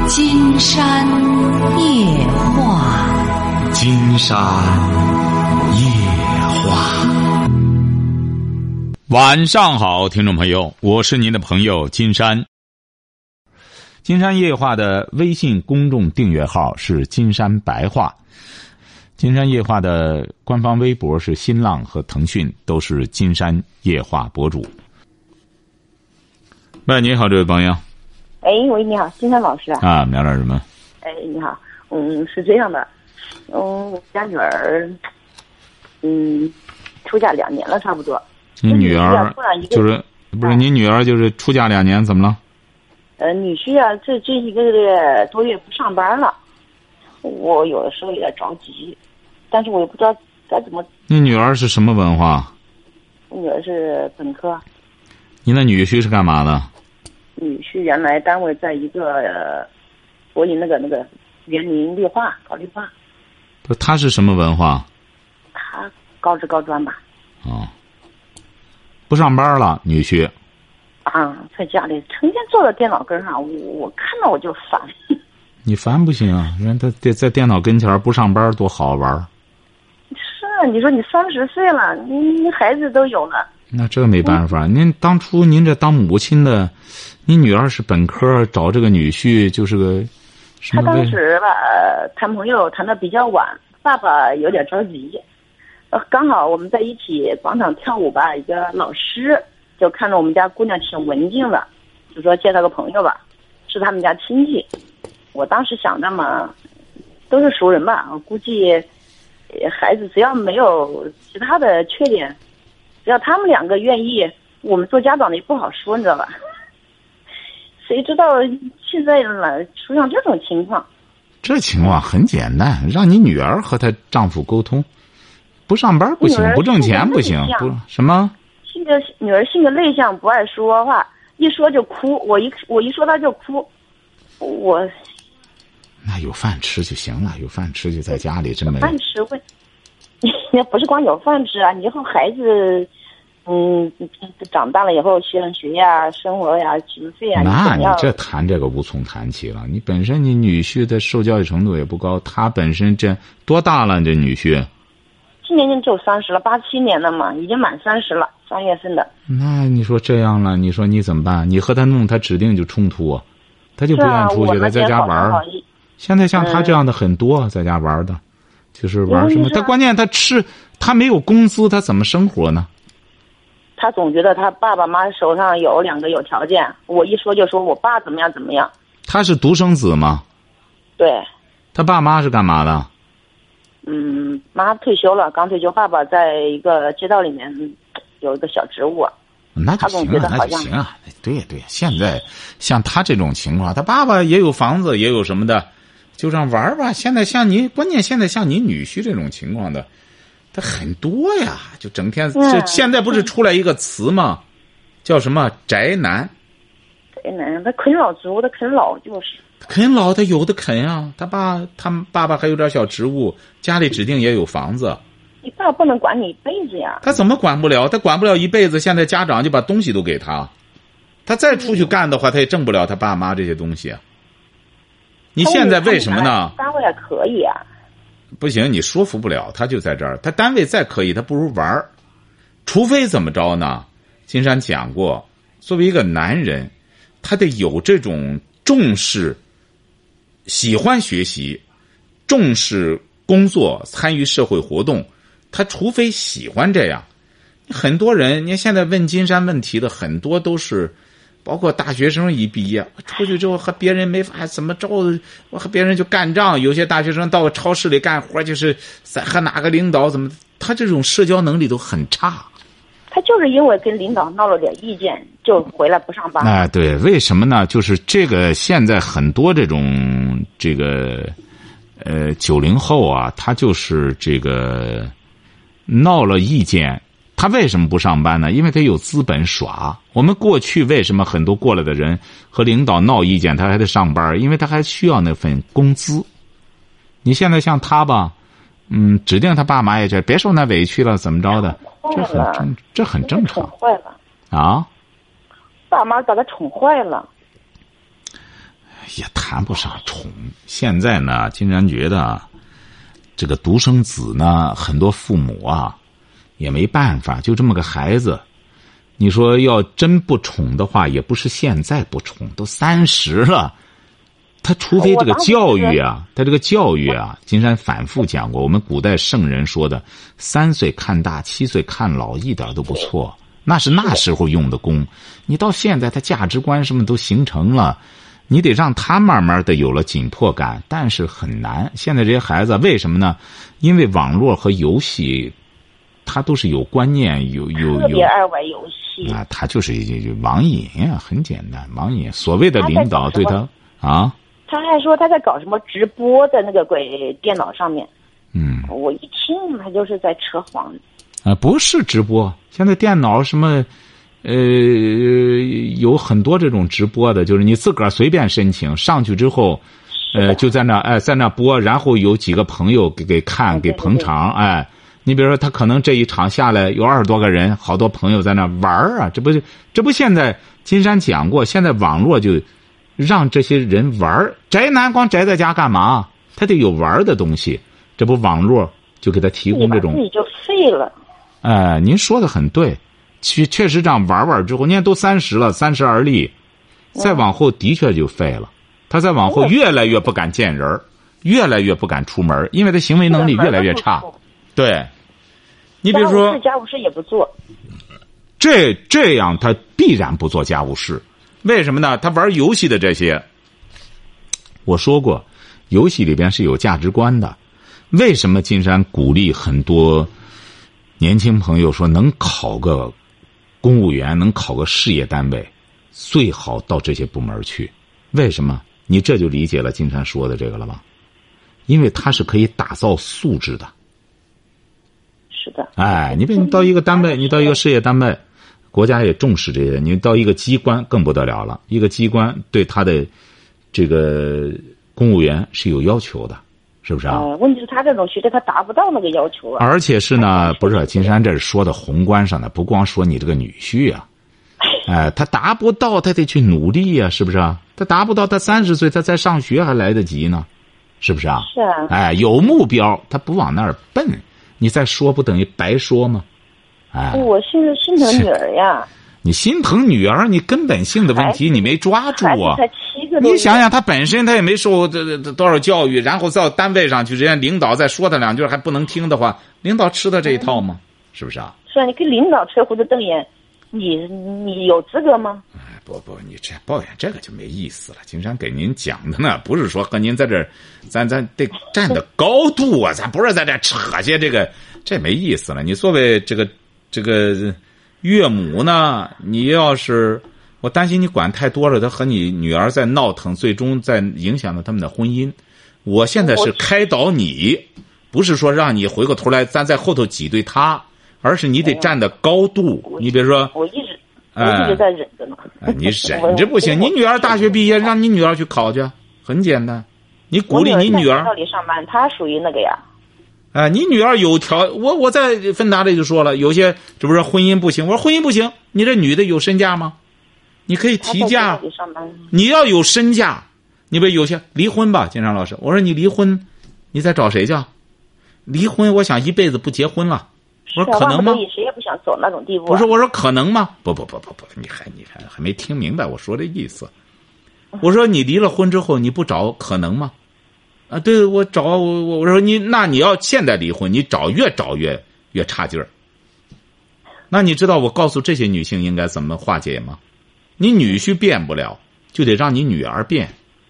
金山夜话， 金山夜话。 晚上好，听众朋友，我是您的朋友金山。金山夜话的微信公众订阅号是金山白话，金山夜话的官方微博是新浪和腾讯，都是金山夜话博主。喂，你好，这位朋友。 哎，喂，你好，金山老师啊。 啊，聊点什么？ 哎，你好，是这样的，我家女儿，出嫁2年了，差不多。 你女儿就是不是你女儿就是出嫁2年，怎么了？ 女婿啊，这1个多月不上班了，我有的时候有点着急，但是我也不知道该怎么。 你女儿是什么文化？ 我女儿是本科。 你那女婿是干嘛的？ 女婿原来单位在一个柏林那个园林绿化搞绿化。 不，他是什么文化？ 他高职高专吧。 哦，不上班了，女婿。 啊，在家里成天坐在电脑跟上，我看到我就烦。 你烦不行啊，人他在电脑跟前不上班多好玩。 是啊，你说你30岁了，你孩子都有了。那这没办法，您当初您这当母亲的，你女儿是本科，找这个女婿就是个什么？ 他当时吧，谈朋友谈得比较晚，爸爸有点着急。刚好我们在一起广场跳舞吧，一个老师就看着我们家姑娘挺文静的，就说介绍个朋友吧，是他们家亲戚。我当时想着嘛，都是熟人吧，我估计孩子只要没有其他的缺点，只要他们2个愿意，我们做家长的也不好说，你知道吧？谁知道现在出现这种情况？ 这情况很简单，让你女儿和她丈夫沟通，不上班不行，不挣钱不行，不什么？ 女儿性格内向，不爱说话，一说就哭。我一说她就哭， 那有饭吃就行了，有饭吃就在家里这么。 饭吃会，你不是光有饭吃啊，你以后孩子，长大了以后学呀、生活呀、学费呀， 那你这谈这个无从谈起了。你本身你女婿的受教育程度也不高，他本身这多大了？这女婿？ 今年就30了，87年的嘛，已经满30了，3月份的。 那你说这样了，你说你怎么办？你和他弄，他指定就冲突啊，他就不愿意出去，他在家玩。现在像他这样的很多，在家玩的，就是玩什么？他关键他没有工资，他怎么生活呢？ 他总觉得他爸爸妈妈手上有2个有条件，我一说就说我爸怎么样怎么样。 他是独生子吗？ 对。 他爸妈是干嘛的？ 妈退休了，刚退休。爸爸在一个街道里面有一个小职务。 那就行啊，那就行啊。对，现在像他这种情况，他爸爸也有房子，也有什么的，就让玩吧。现在像你，关键现在像你女婿这种情况的，他很多呀，就整天这现在不是出来一个词吗？叫什么宅男？ 宅男，他啃老植物，他啃老就是。 啃老，他有的啃啊。他们爸爸还有点小植物，家里指定也有房子。 你爸不能管你一辈子呀。 他怎么管不了？他管不了一辈子。现在家长就把东西都给他，他再出去干的话，他也挣不了他爸妈这些东西。你现在为什么呢？ 单位也可以啊。 不行，你说服不了他，就在这儿。他单位再可以，他不如玩儿。除非怎么着呢？金山讲过，作为一个男人，他得有这种重视。喜欢学习，重视工作，参与社会活动，他除非喜欢这样。很多人，你现在问金山问题的很多都是，包括大学生一毕业出去之后和别人没法怎么着，我和别人就干仗。有些大学生到超市里干活，就是和哪个领导怎么，他这种社交能力都很差。 他就是因为跟领导闹了点意见，就回来不上班。 哎，对，为什么呢？就是这个现在很多这种90后啊，他就是这个闹了意见，他为什么不上班呢？因为他有资本耍。我们过去为什么很多过来的人和领导闹意见，他还得上班？因为他还需要那份工资。你现在像他吧，指定他爸妈也别受那委屈了，怎么着的？这很正常。 宠坏了啊！ 爸妈把他宠坏了。 也谈不上宠。现在呢，金山觉得这个独生子呢，很多父母啊也没办法，就这么个孩子，你说要真不宠的话，也不是现在不宠，都30了。他除非这个教育啊，他这个教育啊，金山反复讲过，我们古代圣人说的3岁看大7岁看老一点都不错，那是那时候用的功。你到现在他价值观什么都形成了，你得让他慢慢的有了紧迫感，但是很难。现在这些孩子为什么呢？因为网络和游戏他都是有观念，有特别爱玩游戏啊，他就是网瘾啊，很简单，网瘾。所谓的领导对他啊。 他还说他在搞什么直播的那个鬼电脑上面，我一听他就是在扯谎。 不是直播，现在电脑什么，有很多这种直播的，就是你自个儿随便申请上去之后，就在那播，然后有几个朋友给看给捧场，哎，你比如说他可能这一场下来有20多个人，好多朋友在那玩啊，这不现在金山讲过，现在网络就让这些人玩，宅男光宅在家干嘛？他得有玩的东西，这不网络就给他提供这种， 自己就废了。 您说的很对，确实这样玩之后，你看都30了，30而立，再往后的确就废了。他再往后越来越不敢见人，越来越不敢出门，因为他行为能力越来越差。对，你比如说家务事也不做， 这样他必然不做家务事。为什么呢？他玩游戏的这些，我说过，游戏里边是有价值观的。为什么金山鼓励很多年轻朋友说能考个公务员，能考个事业单位，最好到这些部门去？为什么？你这就理解了金山说的这个了吧？因为它是可以打造素质的。 是的。 哎，你到一个单位，你到一个事业单位，国家也重视这些，你到一个机关更不得了了。一个机关对他的这个公务员是有要求的，是不是啊？ 问题是他这种学历他达不到那个要求啊。 而且是呢，不是金山这是说的宏观上的，不光说你这个女婿啊，他达不到，他得去努力呀，是不是啊？他达不到，他30岁他再上学还来得及呢，是不是啊？ 是啊。 有目标，他不往那儿奔，你再说不等于白说吗？ 我现在心疼女儿呀。 你心疼女儿，你根本性的问题你没抓住啊！ 才7个多月， 你想想，他本身他也没受多少教育，然后到单位上去，人家领导再说他2句还不能听的话，领导吃的这一套吗？是不是啊？ 是啊，你跟领导吹胡子瞪眼，你有资格吗？ 不，你这抱怨这个就没意思了。金山给您讲的呢，不是说和您在这儿，咱得站的高度啊，咱不是在这扯些这没意思了。你作为这个岳母呢，你要是我担心你管太多了，他和你女儿在闹腾，最终在影响到他们的婚姻。我现在是开导你，不是说让你回过头来咱在后头挤兑他，而是你得站的高度。你比如说， 我一直在忍着呢。 你忍着不行，你女儿大学毕业，让你女儿去考去，很简单。你鼓励你女儿。 到底上班，她属于那个呀。 你女儿有我在芬达里就说了，有些这不是婚姻不行，我说婚姻不行，你这女的有身价吗？你可以提价，你要有身价。你比如有些离婚吧，金山老师，我说你离婚，你再找谁去？离婚，我想一辈子不结婚了。我说可能吗？ 谁也不想走那种地步。 不是，我说可能吗？不，你还没听明白我说的意思。我说你离了婚之后你不找可能吗？对，我找我说你要现在离婚，你越找越差劲儿。那你知道我告诉这些女性应该怎么化解吗？你女婿变不了，就得让你女儿变。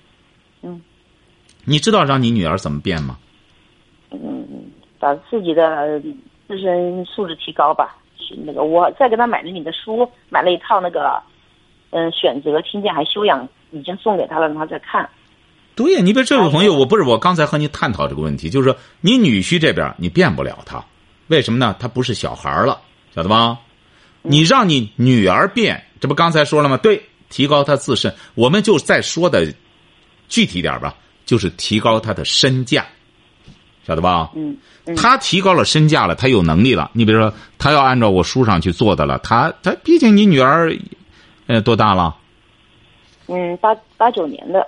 你知道让你女儿怎么变吗？ 把自己的自身素质提高吧。那个我再给她买了你的书，买了一套那个选择听见还修养，已经送给她了，让她再看。 对呀，你比如这位朋友，我刚才和你探讨这个问题，就是说你女婿这边你变不了他，为什么呢？他不是小孩了，晓得吧？你让你女儿变，这不刚才说了吗？对，提高他自身，我们就再说的具体点吧，就是提高他的身价，晓得吧？他提高了身价了，他有能力了。你比如说，他要按照我书上去做的了，他毕竟你女儿多大了？ 89年的。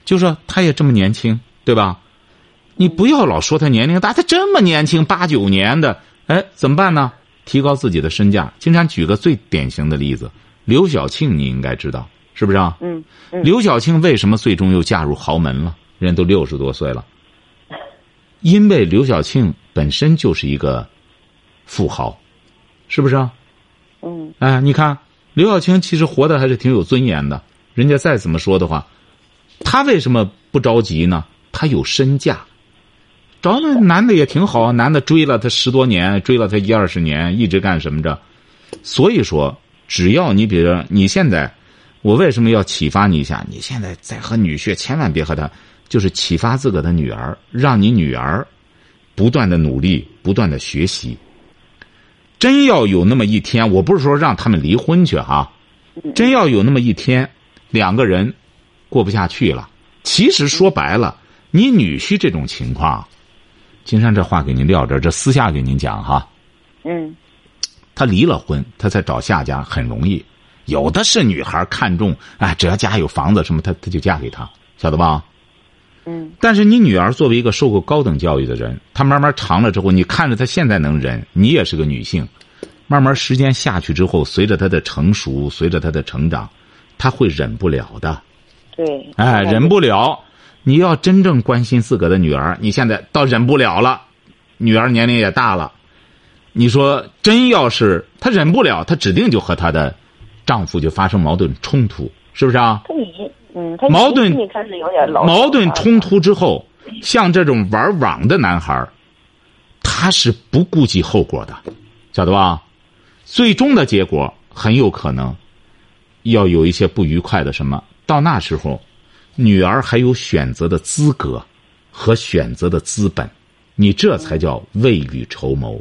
就说他也这么年轻，对吧？你不要老说他年龄大，他这么年轻，89年的，哎，怎么办呢？提高自己的身价。经常举个最典型的例子，刘晓庆你应该知道，是不是啊？刘晓庆为什么最终又嫁入豪门了？人都60多岁了。因为刘晓庆本身就是一个富豪，是不是啊？哎，你看刘晓庆其实活得还是挺有尊严的。人家再怎么说的话，他为什么不着急呢？他有身价。找那男的也挺好，男的追了他10多年，追了他10-20年，一直干什么着？所以说，只要你比如说你现在，我为什么要启发你一下？你现在在和女婿，千万别和他。就是启发自个的女儿，让你女儿不断的努力，不断的学习。真要有那么一天，我不是说让他们离婚去哈，真要有那么一天，两个人过不下去了，其实说白了，你女婿这种情况，金山这话给您撂这儿，这私下给您讲哈。他离了婚，他再找下家很容易。有的是女孩看中，哎，只要家有房子什么，他就嫁给他，晓得吧？但是你女儿作为一个受过高等教育的人，她慢慢长了之后，你看着她现在能忍，你也是个女性，慢慢时间下去之后，随着她的成熟，随着她的成长，她会忍不了的。 对， 哎，忍不了。你要真正关心自个的女儿，你现在倒忍不了了，女儿年龄也大了，你说真要是她忍不了，她指定就和她的丈夫就发生矛盾冲突，是不是啊？ 他矛盾开始有点矛盾冲突之后，像这种玩网的男孩，他是不顾及后果的，晓得吧？最终的结果很有可能要有一些不愉快的什么。到那时候，女儿还有选择的资格和选择的资本，你这才叫未雨绸缪。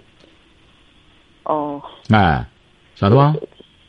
哎，晓得吧？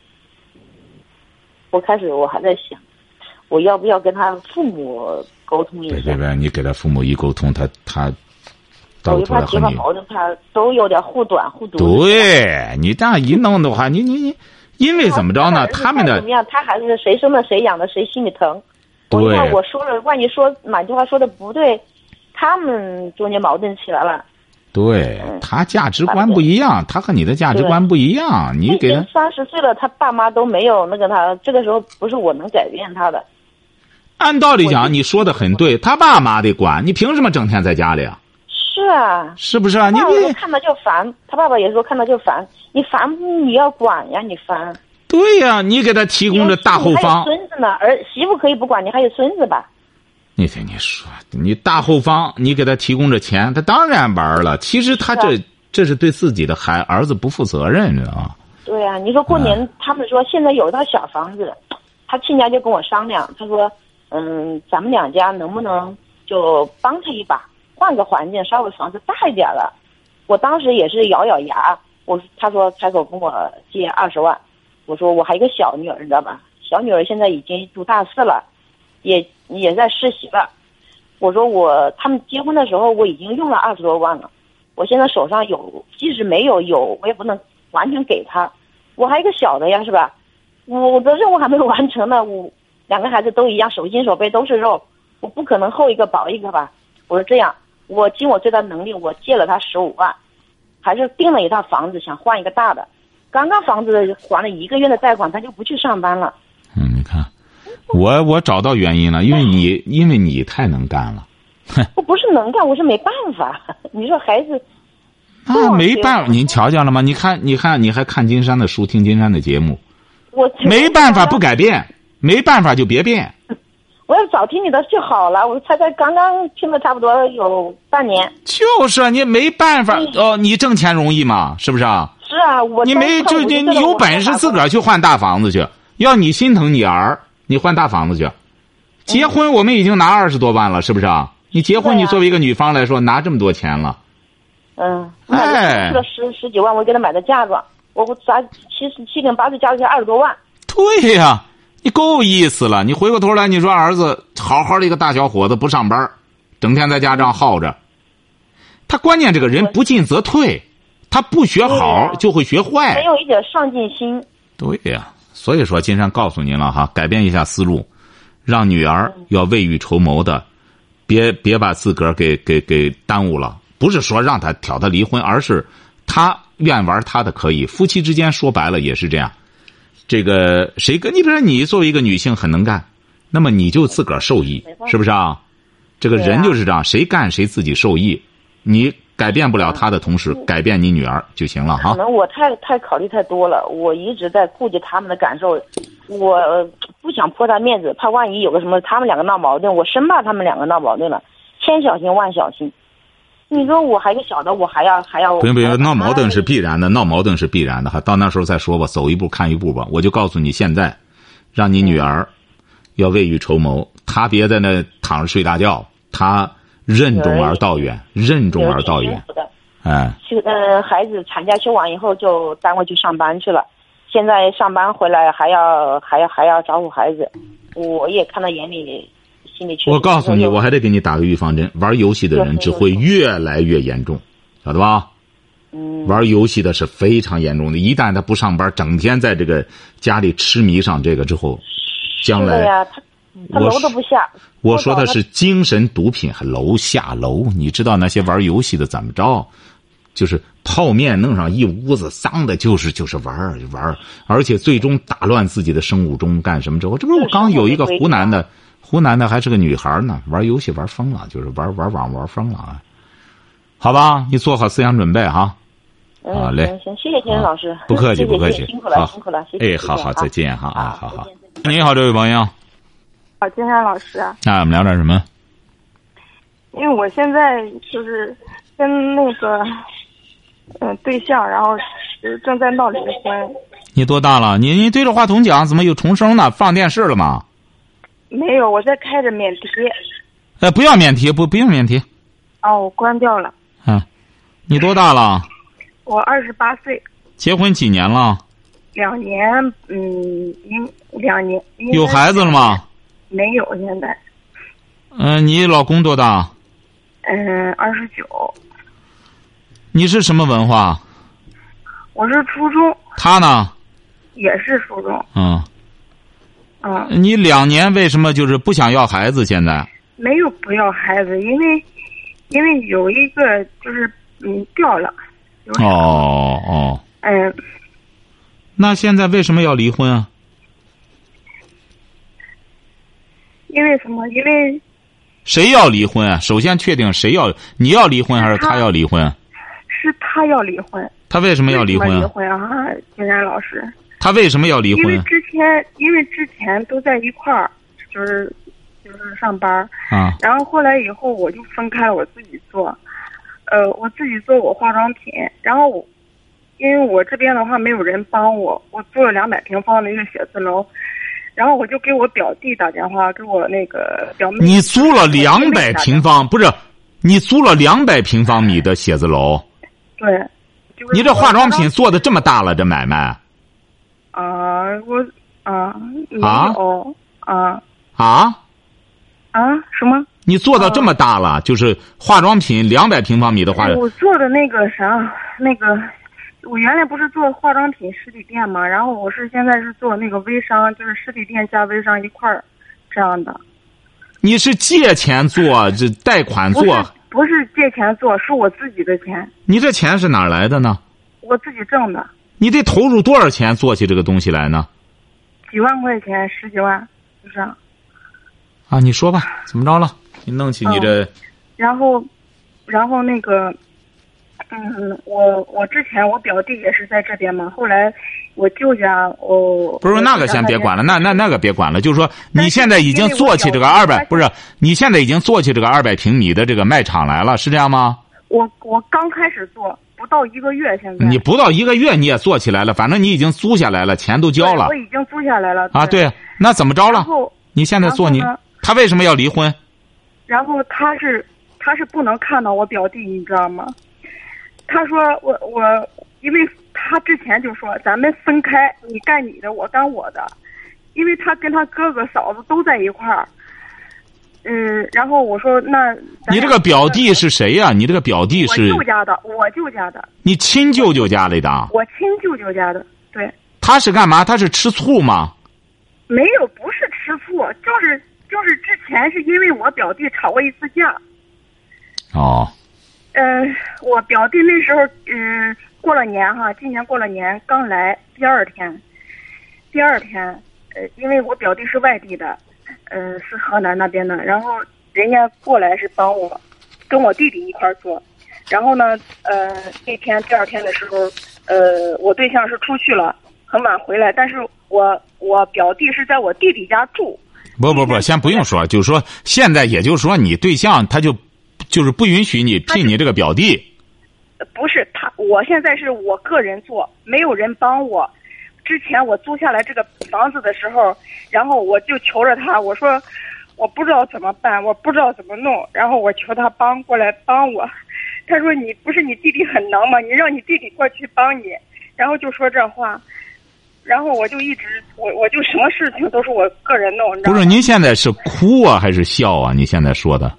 我开始我还在想，我要不要跟他父母沟通一下？ 别，你给他父母一沟通，他到头来和你， 矛盾，他都有点护短护短。 对，你这样一弄的话，你因为怎么着呢？他们的怎么样？他孩子是谁生的，谁养的，谁心里疼。 对， 我说了，万一说哪句话说的不对，他们中间矛盾起来了。 对，他价值观不一样，他和你的价值观不一样，你给他 30岁了，他爸妈都没有那个他，这个时候不是我能改变他的。 按道理讲，你说的很对，他爸妈得管，你凭什么整天在家里啊？ 是啊， 是不是啊？你看到就烦，他爸爸也说看到就烦，你烦你要管呀，你烦。 对呀，你给他提供着大后方。 还有孙子呢，媳妇可以不管，你还有孙子吧？ 你听你说，你大后方，你给他提供着钱，他当然玩了。其实他这是对自己的儿子不负责任，你知道吗？ 对啊，你说过年，他们说现在有一套小房子，他亲家就跟我商量，他说，咱们两家能不能就帮他一把，换个环境，稍微房子大一点了。我当时也是咬咬牙，他说开口跟我借20万，我说我还有一个小女儿，你知道吧？小女儿现在已经读大4了，也在实习了。我说他们结婚的时候我已经用了20多万了，我现在手上有，即使没有我也不能完全给他，我还有一个小的呀，是吧？我的任务还没有完成呢，我2个孩子都一样，手心手背都是肉，我不可能厚一个薄一个吧？我说这样，我尽我最大能力，我借了他15万，还是订了一套房子，想换一个大的。刚刚房子还了1个月的贷款，他就不去上班了。 你看，我找到原因了，因为你太能干了。 我不是能干，我是没办法。你说孩子， 没办法，您瞧见了吗？你看，你还看金山的书，听金山的节目。 我没办法不改变，没办法就别变。 我要早听你的就好了，我才刚刚听了差不多有半年。 就是你没办法你挣钱容易吗？是不是啊？ 是啊， 你有本事自个儿去换大房子去。要你心疼你儿，你换大房子去。结婚我们已经拿20多万了，是不是啊？你结婚，你作为一个女方来说，拿这么多钱了。 买了十几万，我给他买的嫁妆，我7跟8次加起来20多万。 对呀，你够意思了。你回过头来，你说儿子好好的一个大小伙子不上班，整天在家这样耗着，他关键这个人不进则退，他不学好就会学坏， 没有一点上进心。 对呀，所以说金山告诉您了哈，改变一下思路， 让女儿要未雨绸缪的，别把自个儿给耽误了。不是说让他挑他离婚，而是他愿玩他的可以。夫妻之间说白了也是这样。这个谁跟你比如说你作为一个女性很能干，那么你就自个儿受益，是不是啊？这个人就是这样，谁干谁自己受益。你改变不了他的同时，改变你女儿就行了哈。 可能我太考虑太多了，我一直在顾及他们的感受，我不想泼他面子，怕万一有个什么他们两个闹矛盾，我生怕他们两个闹矛盾了，千小心万小心。你说我还一个小的，我还要不用，闹矛盾是必然的，闹矛盾是必然的哈。到那时候再说吧，走一步看一步吧。我就告诉你，现在让你女儿要未雨绸缪，她别在那躺着睡大觉，她任重而道远，任重而道远。哎， 孩子产假休完以后就单位去上班去了，现在上班回来还要照顾孩子，我也看到眼里。 我告诉你，我还得给你打个预防针，玩游戏的人只会越来越严重，晓得吧？玩游戏的是非常严重的，一旦他不上班，整天在这个家里痴迷上这个之后，将来他楼都不下。 我说的是精神毒品，还楼下楼。你知道那些玩游戏的怎么着？就是泡面弄上一屋子，脏的就是玩，而且最终打乱自己的生物钟，干什么之后？这不是我刚有一个湖南的还是个女孩呢，玩游戏玩疯了，就是玩网玩疯了啊！好吧，你做好思想准备哈。好嘞， 行，谢谢金老师， 不客气不客气， 辛苦了，谢谢。 好，再见哈啊，好。你好，这位朋友。 好，金山老师啊。 我们聊点什么？ 因为我现在就是跟那个对象，然后正在闹离婚。 你多大了？你对着话筒讲，怎么有重声呢？放电视了吗？ 没有，我在开着免提。 不要免提，不用免提。 哦，我关掉了。 你多大了？ 我28岁。 结婚几年了 ？2年，2年。 有孩子了吗？ 没有，现在。 你老公多大 ？29。 你是什么文化？ 我是初中。 他呢？ 也是初中。 你2年为什么就是不想要孩子？现在没有不要孩子，因为有一个就是掉了。 那现在为什么要离婚啊？ 因为什么？因为谁要离婚啊？首先确定你要离婚还是他要离婚？ 是他要离婚。 他为什么要离婚？ 离婚啊，金山老师。 他为什么要离婚？ 因为之前都在一块儿，就是上班啊。 然后后来以后我就分开了，我自己做，我自己做我化妆品。然后因为我这边的话没有人帮我做了200平方的一个写字楼，然后我就给我表弟打电话，给我那个表妹。 你租了200平方，不是？你租了200平方米的写字楼？ 对。 你这化妆品做的这么大了，这买卖？ 没有什么？ 你做到这么大了，就是化妆品200平方米的话， 我做的那个我原来不是做化妆品实体店嘛，然后我现在是做那个微商，就是实体店加微商一块儿这样的。你是借钱做，这贷款做？ 不是借钱做，是我自己的钱。 你这钱是哪儿来的呢？ 我自己挣的。 你得投入多少钱做起这个东西来呢？ 几万块钱，10几万，就这样。 你说吧，怎么着了？你弄起你这。 然后那个，我之前我表弟也是在这边嘛，后来我舅家不是那个先别管了，那个别管了，就是说你现在已经做起这个你现在已经做起这个200平米的这个卖场来了，是这样吗？ 我刚开始做。不到1个月，现在你不到1个月你也做起来了，反正你已经租下来了，钱都交了。 我已经租下来了。 对，那怎么着了？你现在做他为什么要离婚？ 然后他是不能看到我表弟，你知道吗？他说我，因为他之前就说咱们分开，你干你的，我干我的，因为他跟他哥哥嫂子都在一块儿。然后我说那你这个表弟是谁呀？你这个表弟是我舅家的。你亲舅舅家里的？ 我亲舅舅家的，对。 他是干嘛？他是吃醋吗？ 没有，不是吃醋，就是就是之前是因为我表弟吵过一次架。 哦。 我表弟那时候过了年哈，今年过了年刚来，第二天，因为我表弟是外地的，是河南那边的，然后人家过来是帮我跟我弟弟一块做，然后呢，第二天的时候，我对象是出去了，很晚回来，但是我表弟是在我弟弟家住。 不，先不用说，就是说现在也就是说你对象他就是不允许你聘你这个表弟。 不是他，我现在是我个人做，没有人帮我。之前我租下来这个房子的时候，然后我就求着他，我说我不知道怎么办，我不知道怎么弄，然后我求他过来帮我。他说你不是你弟弟很能吗？你让你弟弟过去帮你，然后就说这话。然后我就一直我就什么事情都是我个人弄。 不是您现在是哭啊还是笑啊？你现在说的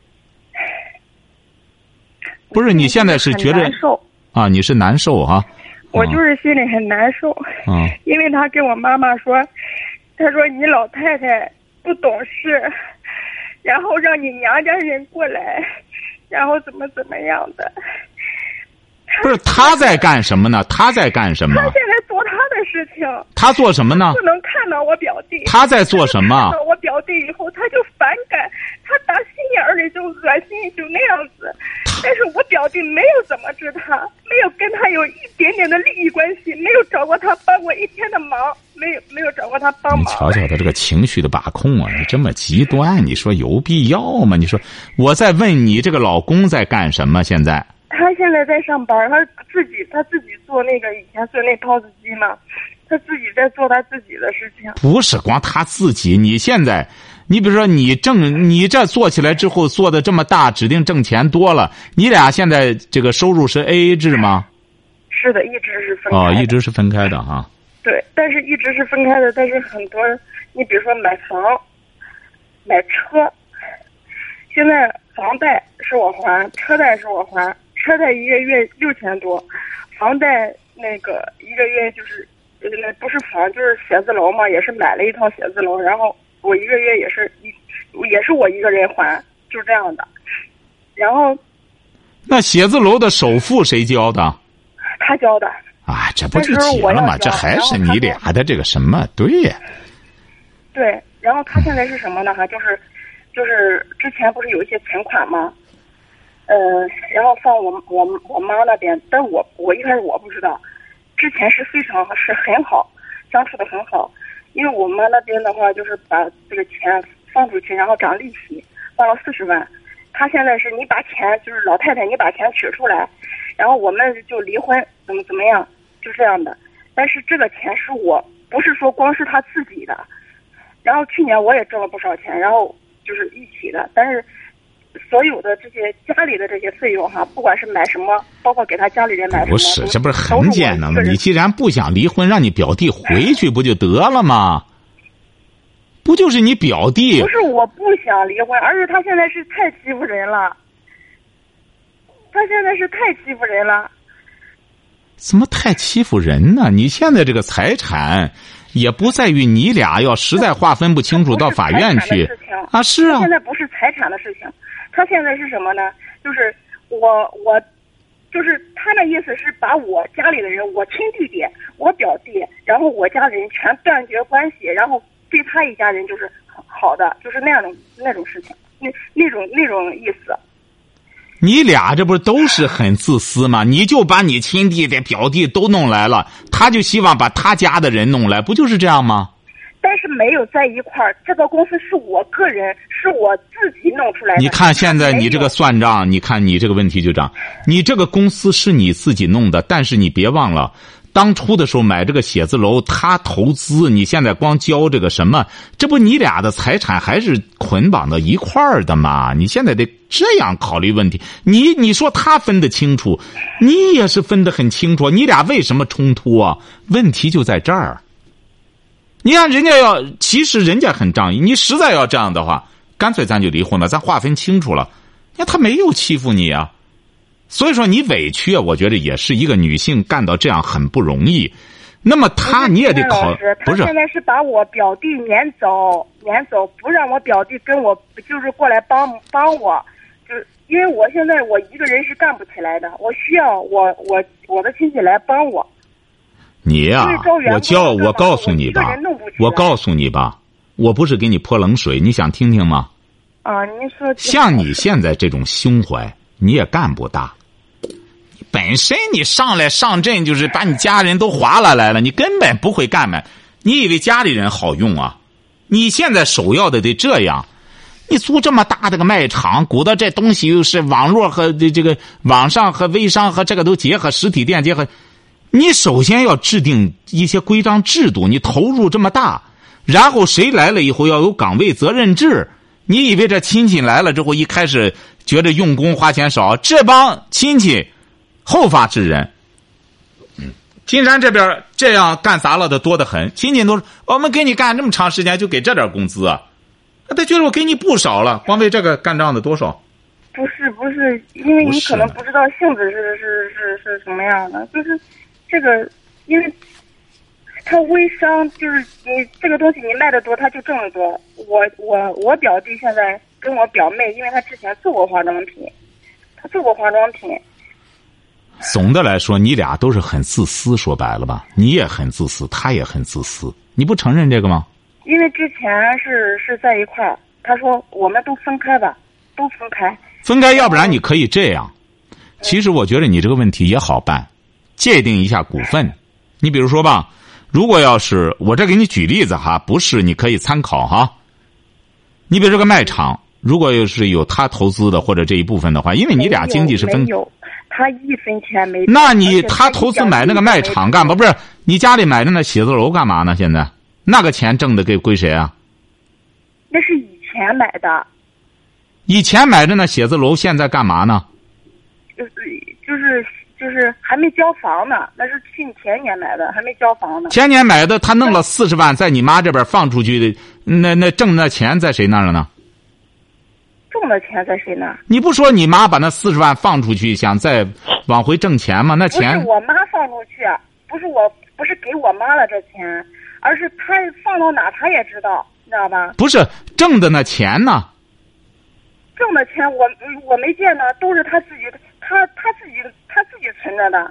不是你现在是觉得难受啊？你是难受哈？ 我就是心里很难受，因为他跟我妈妈说，他说你老太太不懂事，然后让你娘家人过来，然后怎么样的。 不是他在干什么呢？他在干什么？ 他现在做他的事情。 他做什么呢？ 不能看到我表弟。 他在做什么？ 看到我表弟以后，他就反感，他打心眼里就恶心，就那样子。但是我表弟没有怎么治他，没有跟他有一点点的利益关系，没有找过他帮过一天的忙，没有找过他帮忙。 你瞧瞧他这个情绪的把控啊，你这么极端，你说有必要吗？你说我在问你，这个老公在干什么？现在？ 他现在在上班，他自己做那个以前做那泡子机嘛，他自己在做他自己的事情。 不是光他自己，你现在，你比如说你这做起来之后做的这么大，指定挣钱多了。你俩现在这个收入是 AA 制吗？ 是的，一直是分开的。 一直是分开的哈。 对，但是一直是分开的，但是很多，你比如说买房、买车，现在房贷是我还，车贷是我还。车贷一个月6000多，房贷那个一个月就是不是房就是写字楼嘛，也是买了一套写字楼，然后我一个月也是我一个人还，就这样的。然后那写字楼的首付谁交的？ 他交的。 啊，这不就结了吗？这还是你俩的这个什么？对呀。 对，然后他现在是什么呢？哈，就是之前不是有一些存款吗？然后放我妈那边，但我一开始我不知道，之前是很好，相处的很好，因为我妈那边的话就是把这个钱放出去，然后涨利息，放了40万。他现在是你把钱就是老太太，你把钱取出来，然后我们就离婚，怎么样，就这样的。但是这个钱是我不是说光是他自己的，然后去年我也挣了不少钱，然后就是一起的，但是。所有的这些家里的这些费用哈，不管是买什么，包括给他家里人买什么， 不是，这不是很简单吗？你既然不想离婚，让你表弟回去不就得了吗？不就是你表弟？ 不是我不想离婚，而是他现在是太欺负人了。 怎么太欺负人呢？你现在这个财产也不在于你俩要实在划分不清楚到法院去啊？是啊， 现在不是财产的事情。他现在是什么呢？就是我就是他的意思是把我家里的人，我亲弟弟、我表弟，然后我家人全断绝关系，然后对他一家人就是好的，就是那种事情，那种意思。 你俩这不是都是很自私吗？你就把你亲弟弟、表弟都弄来了，他就希望把他家的人弄来，不就是这样吗？ 但是没有在一块儿，这个公司是我个人，是我自己弄出来的。 你看现在你这个算账，你看你这个问题就这样，你这个公司是你自己弄的，但是你别忘了，当初的时候买这个写字楼，他投资，你现在光交这个什么，这不你俩的财产还是捆绑到一块儿的吗？你现在得这样考虑问题。你说他分得清楚，你也是分得很清楚，你俩为什么冲突啊？问题就在这儿。你看人家其实人家很仗义，你实在要这样的话，干脆咱就离婚了，咱划分清楚了。你看他没有欺负你啊，所以说你委屈啊，我觉得也是一个女性干到这样很不容易。 那么你也得考，不是？ 他现在是把我表弟撵走，不让我表弟跟我就是过来帮我，就是因为我现在我一个人是干不起来的，我需要我的亲戚来帮我。 你呀，我告诉你吧，我不是给你泼冷水，你想听听吗？ 啊，您说。 像你现在这种胸怀，你也干不大。本身你上阵就是把你家人都划拉来了，你根本不会干嘛。你以为家里人好用啊？你现在首要的得这样，你租这么大的个卖场，鼓捣这东西又是网络和这个网上和微商和这个都结合，实体店结合。你首先要制定一些规章制度，你投入这么大，然后谁来了以后要有岗位责任制。你以为这亲戚来了之后一开始觉得用功花钱少，这帮亲戚后发制人。金山这边这样干砸了的多得很，亲戚都说我们给你干这么长时间就给这点工资啊，他觉得我给你不少了，光为这个干仗的多少？ 不是，因为你可能不知道性质是什么样的，就是这个，因为他微商，就是你这个东西你卖的多，他就挣得多。我表弟现在跟我表妹，因为他之前做过化妆品， 总的来说，你俩都是很自私，说白了吧，你也很自私，他也很自私，你不承认这个吗？ 因为之前是在一块儿，他说我们都分开吧，分开， 要不然你可以这样。其实我觉得你这个问题也好办，界定一下股份。你比如说吧，如果要是我这给你举例子哈，不是你可以参考哈。你比如这个卖场，如果要是有他投资的或者这一部分的话，因为你俩经济是分。 没有，他1分钱没。 那他投资买那个卖场干嘛？不是你家里买的那写字楼干嘛呢？现在那个钱挣的归谁啊？ 那是以前买的。 以前买的那写字楼现在干嘛呢？ 就是还没交房呢，那是前年买的，还没交房呢。 前年买的，他弄了40万，在你妈这边放出去的，那挣那钱在谁那儿呢？ 挣的钱在谁那儿？ 你不说你妈把那40万放出去，想再往回挣钱吗？那钱不是我妈放出去，不是给我妈了这钱，而是她放到哪她也知道，你知道吧？ 不是挣的那钱呢？ 挣的钱我没见呢，都是他自己存着的。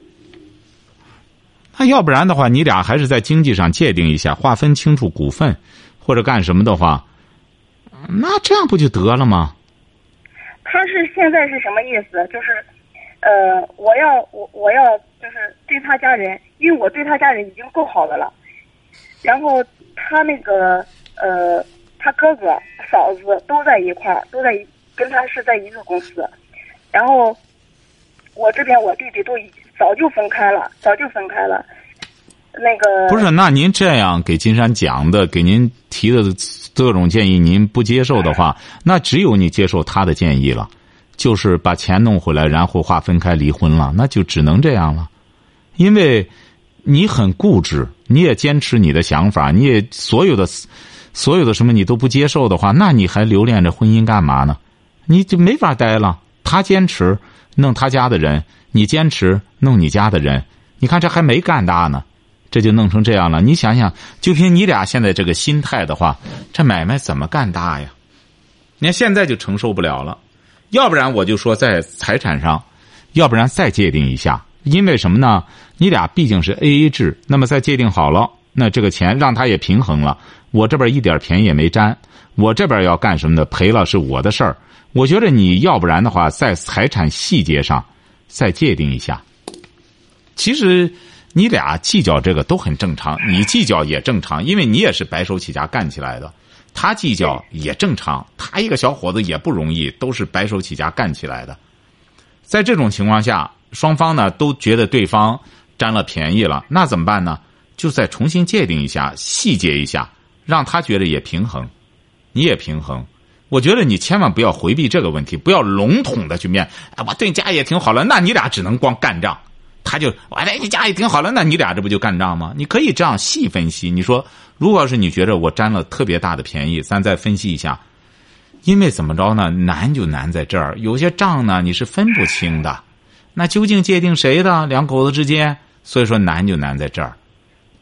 那要不然的话，你俩还是在经济上界定一下，划分清楚股份，或者干什么的话，那这样不就得了吗？ 他是现在是什么意思？就是，我要就是对他家人，因为我对他家人已经够好的了。然后他那个他哥哥嫂子都在一块儿，跟他是在一个公司。然后我这边我弟弟都早就分开了。那个不是，那您这样给金山讲的，给您提的各种建议，您不接受的话，那只有你接受他的建议了，就是把钱弄回来，然后划分开离婚了，那就只能这样了。因为你很固执，你也坚持你的想法，你也所有的什么你都不接受的话，那你还留恋着婚姻干嘛呢？你就没法待了。他坚持弄他家的人，你坚持弄你家的人，你看这还没干大呢，这就弄成这样了。你想想，就凭你俩现在这个心态的话，这买卖怎么干大呀？你看现在就承受不了了。要不然我就说在财产上，要不然再界定一下。因为什么呢？你俩毕竟是 AA 制，那么再界定好了，那这个钱让他也平衡了，我这边一点便宜也没沾，我这边要干什么的赔了是我的事儿。我觉得你要不然的话，在财产细节上再界定一下。其实你俩计较这个都很正常，你计较也正常，因为你也是白手起家干起来的，他计较也正常，他一个小伙子也不容易，都是白手起家干起来的。在这种情况下，双方呢都觉得对方占了便宜了，那怎么办呢？就再重新界定一下，细节一下，让他觉得也平衡，你也平衡。我觉得你千万不要回避这个问题，不要笼统的去面。我对你家也挺好了，那你俩只能光干仗。他就我对你家也挺好了，那你俩这不就干仗吗？你可以这样细分析。你说，如果是你觉得我占了特别大的便宜，咱再分析一下。因为怎么着呢？难就难在这儿，有些账呢你是分不清的，那究竟界定谁的？两口子之间，所以说难就难在这儿。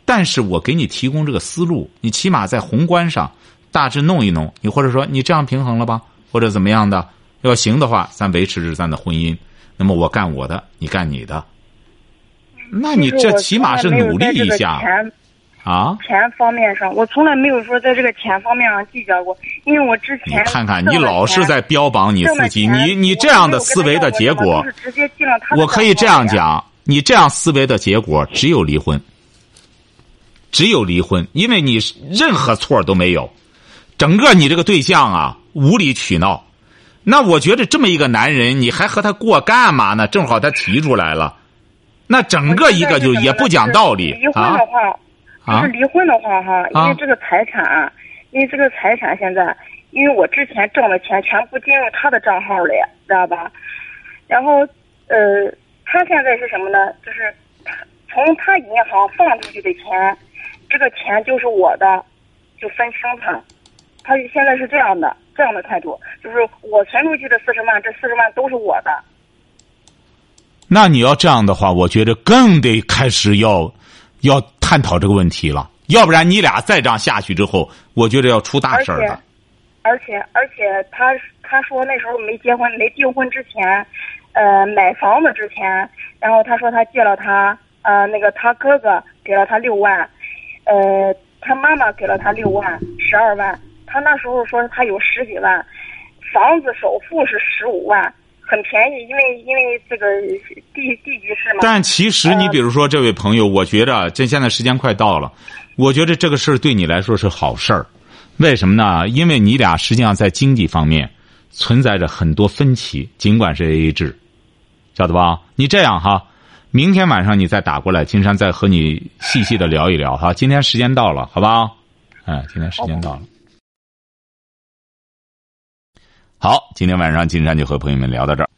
但是我给你提供这个思路，你起码在宏观上大致弄一弄，你或者说你这样平衡了吧，或者怎么样的，要行的话，咱维持着咱的婚姻。那么我干我的，你干你的，那你这起码是努力一下啊。 钱方面上，我从来没有说在这个钱方面上计较过，因为我之前你看看，你老是在标榜你自己，你这样的思维的结果，我可以这样讲，你这样思维的结果只有离婚。只有离婚，因为你任何错都没有，整个你这个对象啊无理取闹，那我觉得这么一个男人，你还和他过干嘛呢？正好他提出来了，那整个一个就也不讲道理啊。 就是离婚的话哈，因为这个财产，现在，因为我之前挣的钱全部进入他的账号里，知道吧？然后他现在是什么呢？就是从他银行放出去的钱。这个钱就是我的，就分生他。他现在是这样的态度，就是我存出去的40万，这40万都是我的。 那你要这样的话，我觉得更得开始要探讨这个问题了，要不然你俩再这样下去之后，我觉得要出大事儿的。 而且他说那时候没结婚没订婚之前，买房子之前，然后他说他借了他那个他哥哥给了他6万。他妈妈给了他6万12万，他那时候说他有10几万，房子首付是15万，很便宜，因为这个地级市嘛。 但其实你比如说这位朋友，我觉得这现在时间快到了，我觉得这个事儿对你来说是好事儿，为什么呢？因为你俩实际上在经济方面存在着很多分歧，尽管是 AA 制，晓得吧？你这样哈。明天晚上你再打过来，金山再和你细细的聊一聊哈。今天时间到了，好吧？今天时间到了。好，今天晚上金山就和朋友们聊到这儿。